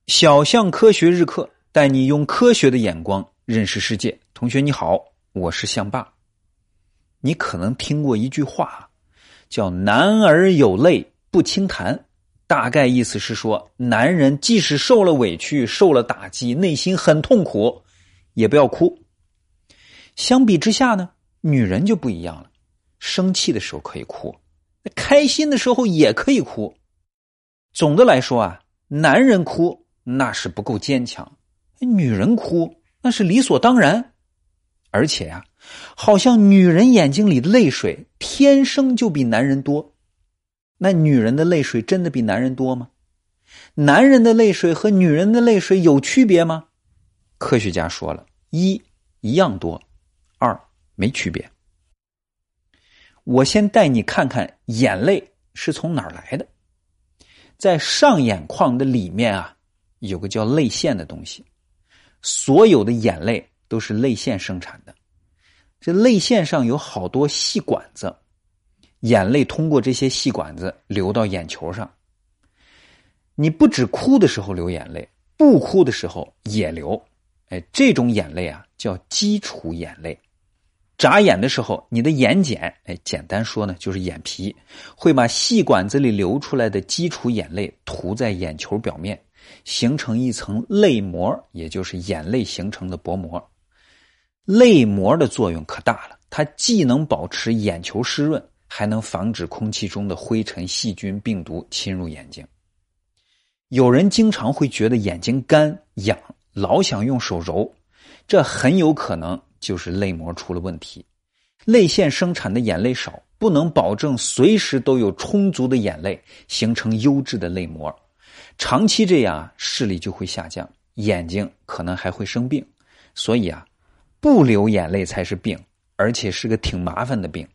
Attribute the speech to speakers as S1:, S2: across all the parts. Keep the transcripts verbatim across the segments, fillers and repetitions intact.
S1: 小象科学日课带你用科学的眼光认识世界。同学你好，我是象爸。你可能听过一句话叫男儿有泪不轻弹，大概意思是说，男人即使受了委屈受了打击，内心很痛苦，也不要哭。相比之下呢，女人就不一样了，生气的时候可以哭，开心的时候也可以哭。总的来说啊，男人哭那是不够坚强，女人哭那是理所当然。而且啊，好像女人眼睛里的泪水天生就比男人多。那女人的泪水真的比男人多吗？男人的泪水和女人的泪水有区别吗？科学家说了，一一样多，二没区别。我先带你看看眼泪是从哪儿来的。在上眼眶的里面啊，有个叫泪腺的东西，所有的眼泪都是泪腺生产的。这泪腺上有好多细管子，眼泪通过这些细管子流到眼球上。你不只哭的时候流眼泪，不哭的时候也流。哎，这种眼泪啊叫基础眼泪。眨眼的时候，你的眼睑，哎，简单说呢就是眼皮，会把细管子里流出来的基础眼泪涂在眼球表面，形成一层泪膜，也就是眼泪形成的薄膜。泪膜的作用可大了，它既能保持眼球湿润，还能防止空气中的灰尘、细菌、病毒侵入眼睛。有人经常会觉得眼睛干痒，老想用手揉，这很有可能就是泪膜出了问题。泪腺生产的眼泪少，不能保证随时都有充足的眼泪形成优质的泪膜。长期这样，视力就会下降，眼睛可能还会生病。所以啊，不流眼泪才是病，而且是个挺麻烦的病。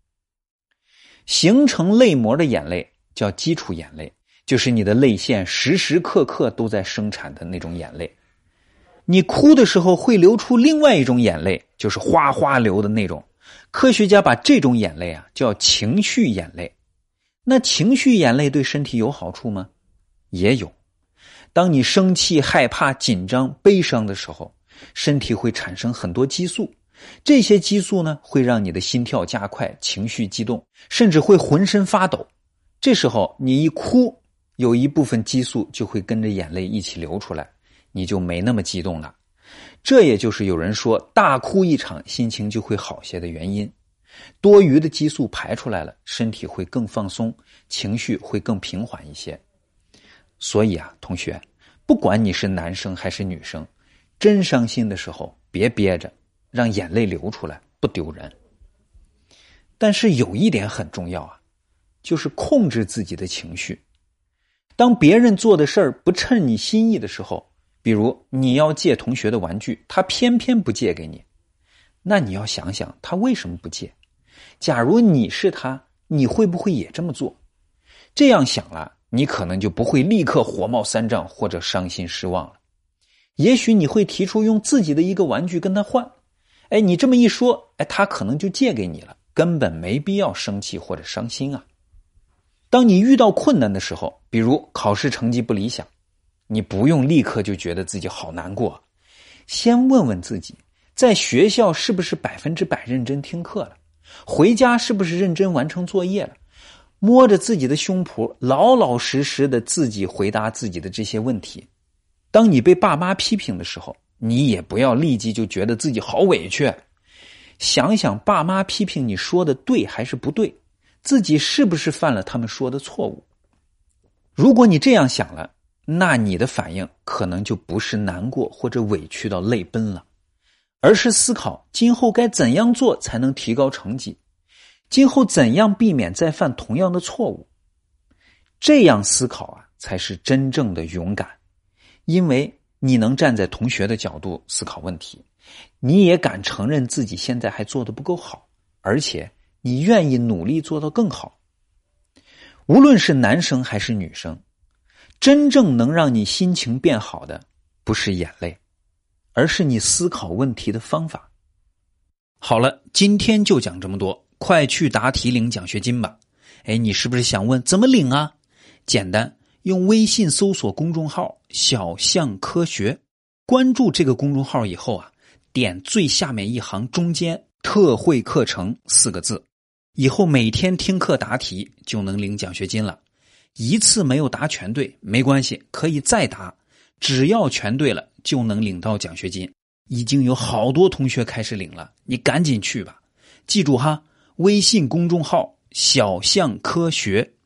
S1: 形成泪膜的眼泪叫基础眼泪，就是你的泪腺时时刻刻都在生产的那种眼泪。你哭的时候会流出另外一种眼泪，就是哗哗流的那种。科学家把这种眼泪啊叫情绪眼泪。那情绪眼泪对身体有好处吗？也有。当你生气、害怕、紧张、悲伤的时候，身体会产生很多激素，这些激素呢会让你的心跳加快，情绪激动，甚至会浑身发抖。这时候你一哭，有一部分激素就会跟着眼泪一起流出来，你就没那么激动了。这也就是有人说大哭一场心情就会好些的原因。多余的激素排出来了，身体会更放松，情绪会更平缓一些。所以啊，同学，不管你是男生还是女生，真伤心的时候别憋着，让眼泪流出来，不丢人。但是有一点很重要啊，就是控制自己的情绪。当别人做的事儿不称你心意的时候，比如你要借同学的玩具，他偏偏不借给你，那你要想想他为什么不借。假如你是他，你会不会也这么做？这样想了，你可能就不会立刻火冒三丈或者伤心失望了。也许你会提出用自己的一个玩具跟他换，哎，你这么一说，哎，他可能就借给你了，根本没必要生气或者伤心啊。当你遇到困难的时候，比如考试成绩不理想，你不用立刻就觉得自己好难过，先问问自己，在学校是不是百分之百认真听课了？回家是不是认真完成作业了？摸着自己的胸脯，老老实实的自己回答自己的这些问题。当你被爸妈批评的时候，你也不要立即就觉得自己好委屈。想想爸妈批评你说的对还是不对，自己是不是犯了他们说的错误。如果你这样想了，那你的反应可能就不是难过或者委屈到泪奔了，而是思考今后该怎样做才能提高成绩，今后怎样避免再犯同样的错误。这样思考啊，才是真正的勇敢，因为你能站在同学的角度思考问题，你也敢承认自己现在还做得不够好，而且你愿意努力做到更好。无论是男生还是女生，真正能让你心情变好的不是眼泪，而是你思考问题的方法。好了，今天就讲这么多，快去答题领奖学金吧。哎，你是不是想问怎么领啊？简单， 用微信搜索公众号小象科学，关注这个公众号以后啊，点最下面一行中间特惠课程四个字，以后每天听课答题就能领奖学金了。一次没有答全对没关系，可以再答，只要全对了就能领到奖学金。已经有好多同学开始领了，你赶紧去吧。记住哈，微信公众号小象科学。